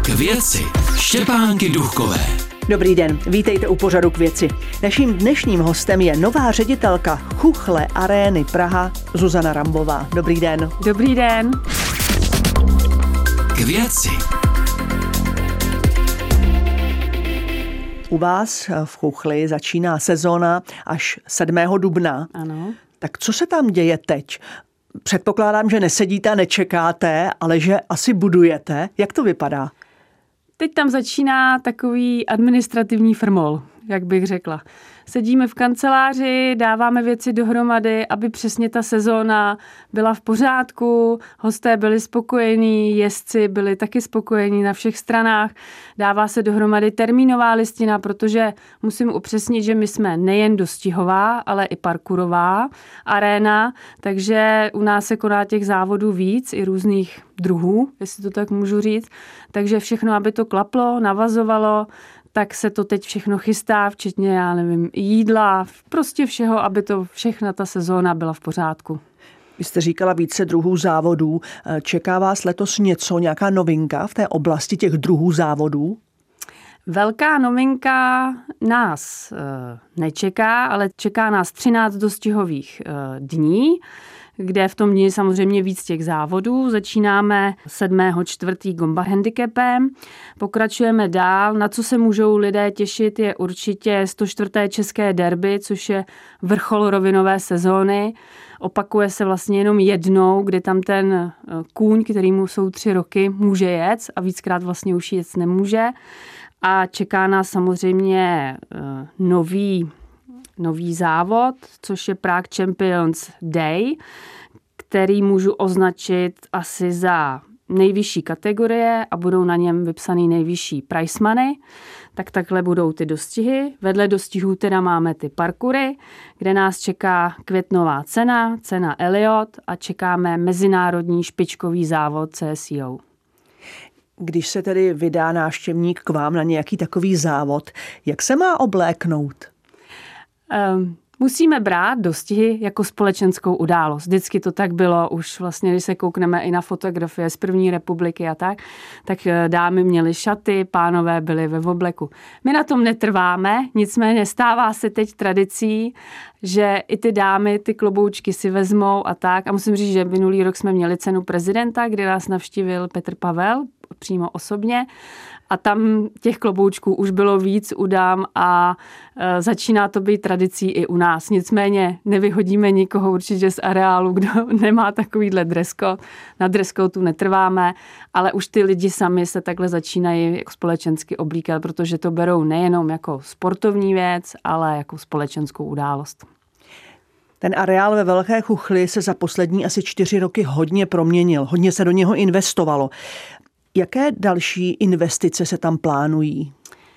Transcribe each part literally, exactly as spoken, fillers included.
K věci Štěpánky Duchkové. Dobrý den, vítejte u pořadu K věci. Naším dnešním hostem je nová ředitelka Chuchle Arény Praha Zuzana Rambová. Dobrý den. Dobrý den. K věci. U vás v Chuchli začíná sezóna až sedmého dubna. Ano. Tak co se tam děje teď? Předpokládám, že nesedíte a nečekáte, ale že asi budujete. Jak to vypadá? Teď tam začíná takový administrativní frmol, jak bych řekla. Sedíme v kanceláři, dáváme věci dohromady, aby přesně ta sezóna byla v pořádku, hosté byli spokojení, jezdci byli taky spokojení na všech stranách. Dává se dohromady termínová listina, protože musím upřesnit, že my jsme nejen dostihová, ale i parkourová aréna, takže u nás se koná těch závodů víc, i různých druhů, jestli to tak můžu říct. Takže všechno, aby to klaplo, navazovalo, tak se to teď všechno chystá, včetně, já nevím, jídla, prostě všeho, aby to všechna ta sezóna byla v pořádku. Vy jste říkala více druhů závodů. Čeká vás letos něco, nějaká novinka v té oblasti těch druhů závodů? Velká novinka nás e, nečeká, ale čeká nás třináct dostihových e, dní, kde v tom dní samozřejmě víc těch závodů. Začínáme sedmého čtvrtého Gombar handicapem, pokračujeme dál. Na co se můžou lidé těšit je určitě sto čtvrté české derby, což je vrchol rovinové sezóny. Opakuje se vlastně jenom jednou, kdy tam ten kůň, kterýmu jsou tři roky, může jet a víckrát vlastně už jet nemůže. A čeká nás samozřejmě nový nový závod, což je Prague Champions Day, který můžu označit asi za nejvyšší kategorie a budou na něm vypsaný nejvyšší prize money. Tak takhle budou ty dostihy. Vedle dostihů teda máme ty parkoury, kde nás čeká květnová cena, cena Elliot a čekáme mezinárodní špičkový závod C S I O. Když se tedy vydá návštěvník k vám na nějaký takový závod, jak se má obléknout? Um, musíme brát dostihy jako společenskou událost. Vždycky to tak bylo, už vlastně, když se koukneme i na fotografie z první republiky a tak, tak dámy měly šaty, pánové byli ve obleku. My na tom netrváme, nicméně stává se teď tradicí, že i ty dámy ty kloboučky si vezmou a tak. A musím říct, že minulý rok jsme měli cenu prezidenta, kde nás navštívil Petr Pavel, přímo osobně. A tam těch kloboučků už bylo víc u dám a e, začíná to být tradicí i u nás. Nicméně nevyhodíme nikoho určitě z areálu, kdo nemá takovýhle dress code. Na dress code tu netrváme, ale už ty lidi sami se takhle začínají jako společensky oblíkat, protože to berou nejenom jako sportovní věc, ale jako společenskou událost. Ten areál ve Velké Chuchli se za poslední asi čtyři roky hodně proměnil. Hodně se do něho investovalo. Jaké další investice se tam plánují?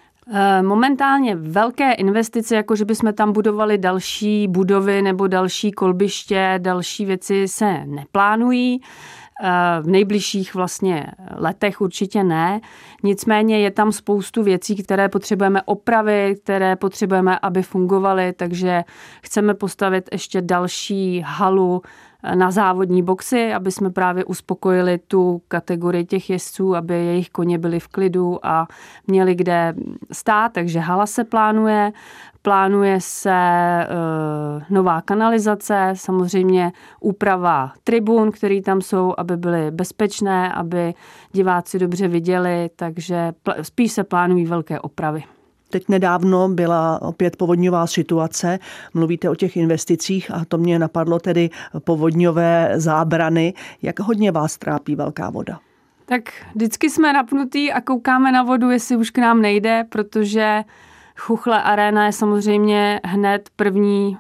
Momentálně velké investice, jako že bychom tam budovali další budovy nebo další kolbiště, další věci se neplánují. V nejbližších vlastně letech určitě ne. Nicméně je tam spoustu věcí, které potřebujeme opravit, které potřebujeme, aby fungovaly, takže chceme postavit ještě další halu na závodní boxy, aby jsme právě uspokojili tu kategorii těch jezdců, aby jejich koně byly v klidu a měli kde stát, takže hala se plánuje. Plánuje se e, nová kanalizace, samozřejmě úprava tribun, které tam jsou, aby byly bezpečné, aby diváci dobře viděli, takže pl- spíš se plánují velké opravy. Teď nedávno byla opět povodňová situace, mluvíte o těch investicích a to mě napadlo tedy povodňové zábrany. Jak hodně vás trápí velká voda? Tak vždycky jsme napnutí a koukáme na vodu, jestli už k nám nejde, protože Chuchle Aréna je samozřejmě hned první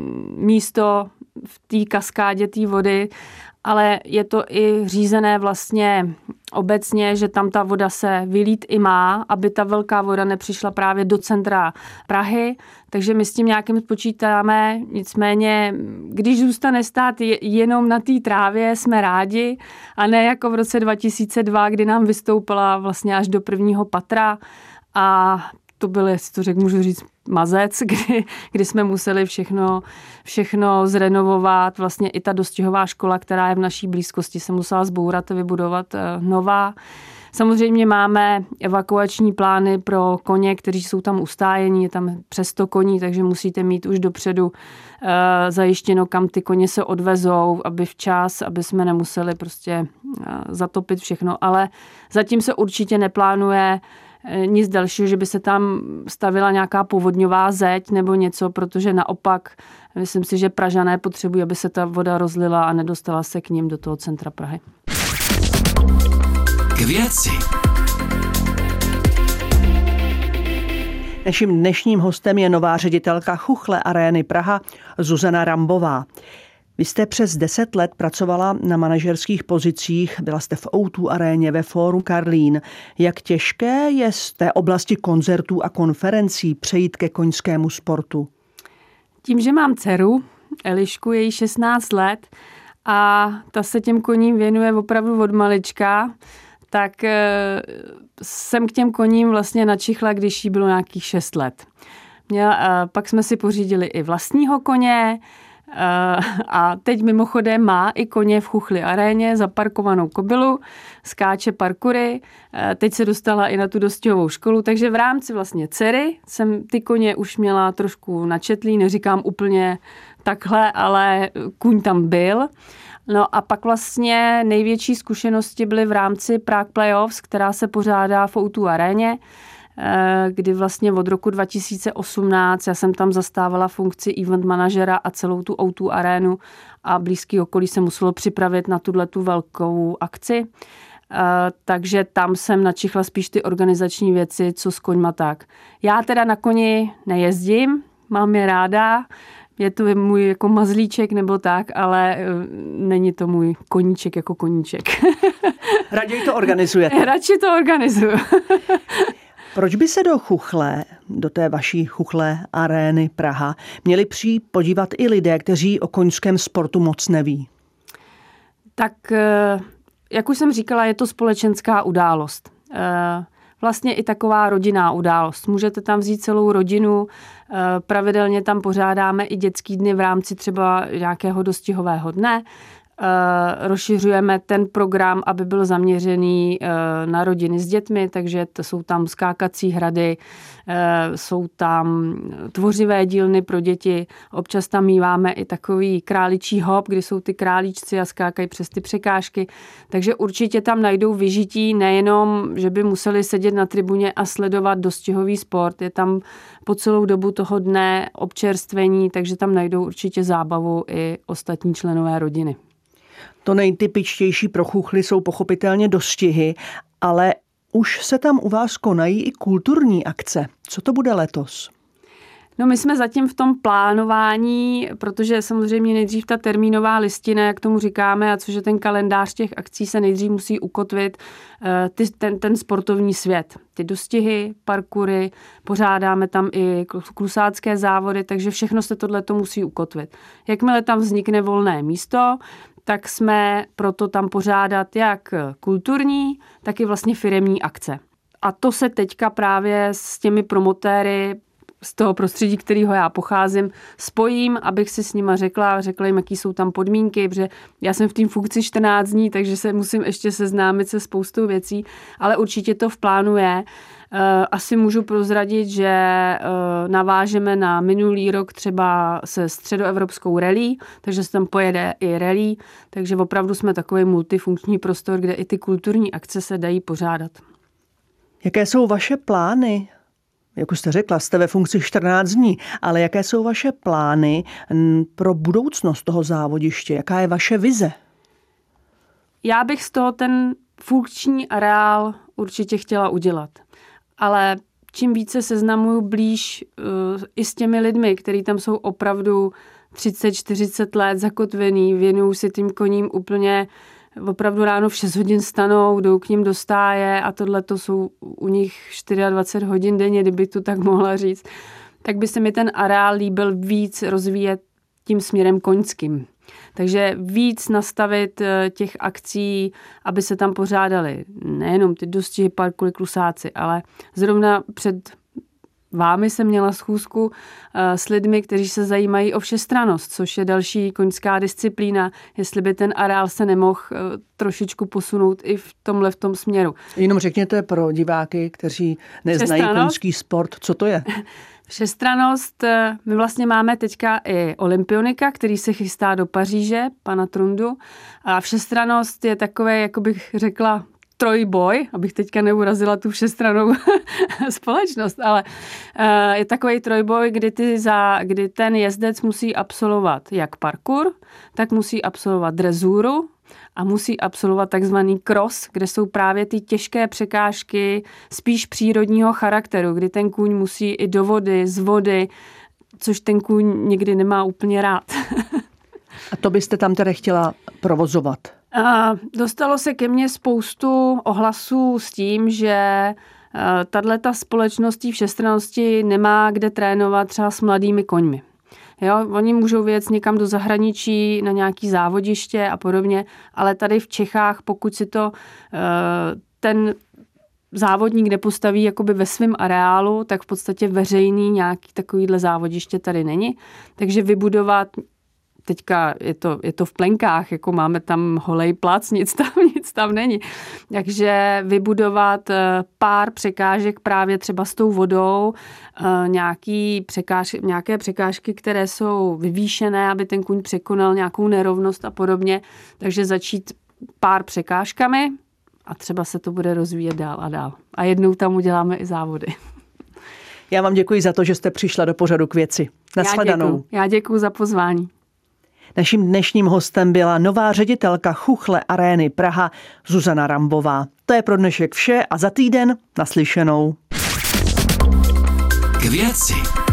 místo v té kaskádě té vody, ale je to i řízené vlastně obecně, že tam ta voda se vylít i má, aby ta velká voda nepřišla právě do centra Prahy, takže my s tím nějakým počítáme, nicméně, když zůstane stát jenom na té trávě, jsme rádi a ne jako v roce dva tisíce dva, kdy nám vystoupila vlastně až do prvního patra a to byl, jestli to řekl, můžu říct, mazec, kdy, kdy jsme museli všechno, všechno zrenovovat. Vlastně i ta dostihová škola, která je v naší blízkosti, se musela zbourat a vybudovat nová. Samozřejmě máme evakuační plány pro koně, kteří jsou tam ustájení, je tam přes sto koní, takže musíte mít už dopředu uh, zajištěno, kam ty koně se odvezou, aby včas, aby jsme nemuseli prostě uh, zatopit všechno, ale zatím se určitě neplánuje nic dalšího, že by se tam stavila nějaká povodňová zeď nebo něco, protože naopak myslím si, že Pražané potřebují, aby se ta voda rozlila a nedostala se k nim do toho centra Prahy. K věci. Naším dnešním hostem je nová ředitelka Chuchle Arény Praha Zuzana Rambová. Vy jste přes deset let pracovala na manažerských pozicích, byla jste v ó dva aréně ve Fóru Karlín. Jak těžké je z té oblasti koncertů a konferencí přejít ke koňskému sportu? Tím, že mám dceru, Elišku, je jí šestnáct let a ta se těm koním věnuje opravdu od malička, tak e, jsem k těm koním vlastně načichla, když jí bylo nějakých šest let. Měla, e, pak jsme si pořídili i vlastního koně, a teď mimochodem má i koně v Chuchli aréně, zaparkovanou kobylu, skáče parkury, teď se dostala i na tu dostihovou školu, takže v rámci vlastně dcery jsem ty koně už měla trošku načetlý, neříkám úplně takhle, ale kůň tam byl. No a pak vlastně největší zkušenosti byly v rámci Prague Playoffs, která se pořádá v ó dva aréně, kdy vlastně od roku dva tisíce osmnáct já jsem tam zastávala funkci event manažera a celou tu ó dva arénu a blízký okolí se muselo připravit na tuhletu velkou akci. Takže tam jsem načichla spíš ty organizační věci, co s koňma tak. Já teda na koni nejezdím, mám je ráda, je to můj jako mazlíček nebo tak, ale není to můj koníček jako koníček. Raději to organizujete. Radši to organizuju. Proč by se do Chuchle, do té vaší Chuchle arény Praha, měli přijít podívat i lidé, kteří o koňském sportu moc neví? Tak, jak už jsem říkala, je to společenská událost. Vlastně i taková rodinná událost. Můžete tam vzít celou rodinu, pravidelně tam pořádáme i dětský dny v rámci třeba nějakého dostihového dne. Rozšiřujeme ten program, aby byl zaměřený na rodiny s dětmi, takže to jsou tam skákací hrady, jsou tam tvořivé dílny pro děti, občas tam míváme i takový králičí hop, kdy jsou ty králíčci a skákají přes ty překážky, takže určitě tam najdou vyžití nejenom, že by museli sedět na tribuně a sledovat dostihový sport, je tam po celou dobu toho dne občerstvení, takže tam najdou určitě zábavu i ostatní členové rodiny. To nejtypičtější pro Chuchly jsou pochopitelně dostihy, ale už se tam u vás konají i kulturní akce. Co to bude letos? No my jsme zatím v tom plánování, protože samozřejmě nejdřív ta termínová listina, jak tomu říkáme, a což je ten kalendář těch akcí, se nejdřív musí ukotvit ty, ten, ten sportovní svět. Ty dostihy, parkury, pořádáme tam i klusácké závody, takže všechno se tohleto musí ukotvit. Jakmile tam vznikne volné místo, tak jsme proto tam pořádat jak kulturní, tak i vlastně firemní akce. A to se teďka právě s těmi promotéry z toho prostředí, kterého já pocházím, spojím, abych si s nima řekla, řekla jim, jaký jsou tam podmínky, protože já jsem v té funkci čtrnáct dní, takže se musím ještě seznámit se spoustou věcí, ale určitě to v plánu je. Asi můžu prozradit, že navážeme na minulý rok třeba se středoevropskou rally, takže se tam pojede i rally, takže opravdu jsme takový multifunkční prostor, kde i ty kulturní akce se dají pořádat. Jaké jsou vaše plány? Jak už jste řekla, jste ve funkci čtrnáct dní, ale jaké jsou vaše plány pro budoucnost toho závodiště? Jaká je vaše vize? Já bych z toho ten funkční areál určitě chtěla udělat. Ale čím více seznamuju blíž uh, i s těmi lidmi, kteří tam jsou opravdu třicet čtyřicet let zakotvený, věnují si tím koním úplně opravdu ráno v šest hodin stanou, jdou k ním do stáje a tohle to jsou u nich dvacet čtyři hodin denně, kdyby to tak mohla říct, tak by se mi ten areál líbil víc rozvíjet tím směrem koňským. Takže víc nastavit těch akcí, aby se tam pořádaly nejenom ty dostihy, parkury, klusáci, ale zrovna před vámi jsem měla schůzku s lidmi, kteří se zajímají o všestrannost, což je další koňská disciplína, jestli by ten areál se nemohl trošičku posunout i v tomhle v tom směru. Jenom řekněte pro diváky, kteří neznají koňský sport, co to je? Všestrannost, my vlastně máme teďka i olympionika, který se chystá do Paříže, pana Trundu. A všestrannost je takové, jako bych řekla, trojboj, abych teďka neurazila tu všestrannou společnost, ale je takový trojboj, kdy, ty za, kdy ten jezdec musí absolvovat jak parkour, tak musí absolvovat drezuru a musí absolvovat takzvaný cross, kde jsou právě ty těžké překážky spíš přírodního charakteru, kdy ten kůň musí i do vody, z vody, což ten kůň někdy nemá úplně rád. A to byste tam tedy chtěla provozovat? A dostalo se ke mně spoustu ohlasů s tím, že tato společnost všestrannosti nemá kde trénovat třeba s mladými koňmi. Jo, oni můžou vyjet někam do zahraničí na nějaký závodiště a podobně, ale tady v Čechách, pokud si to ten závodník nepostaví jakoby ve svém areálu, tak v podstatě veřejný nějaký takovýhle závodiště tady není. Takže vybudovat, teďka je to, je to v plenkách, jako máme tam holej plac, nic tam, nic tam není. Takže vybudovat pár překážek právě třeba s tou vodou, nějaký překáž, nějaké překážky, které jsou vyvýšené, aby ten kůň překonal nějakou nerovnost a podobně. Takže začít pár překážkami a třeba se to bude rozvíjet dál a dál. A jednou tam uděláme i závody. Já vám děkuji za to, že jste přišla do pořadu K věci. Nashledanou. Já děkuji. Já děkuji za pozvání. Naším dnešním hostem byla nová ředitelka Chuchle arény Praha Zuzana Rambová. To je pro dnešek vše a za týden naslyšenou. K věci.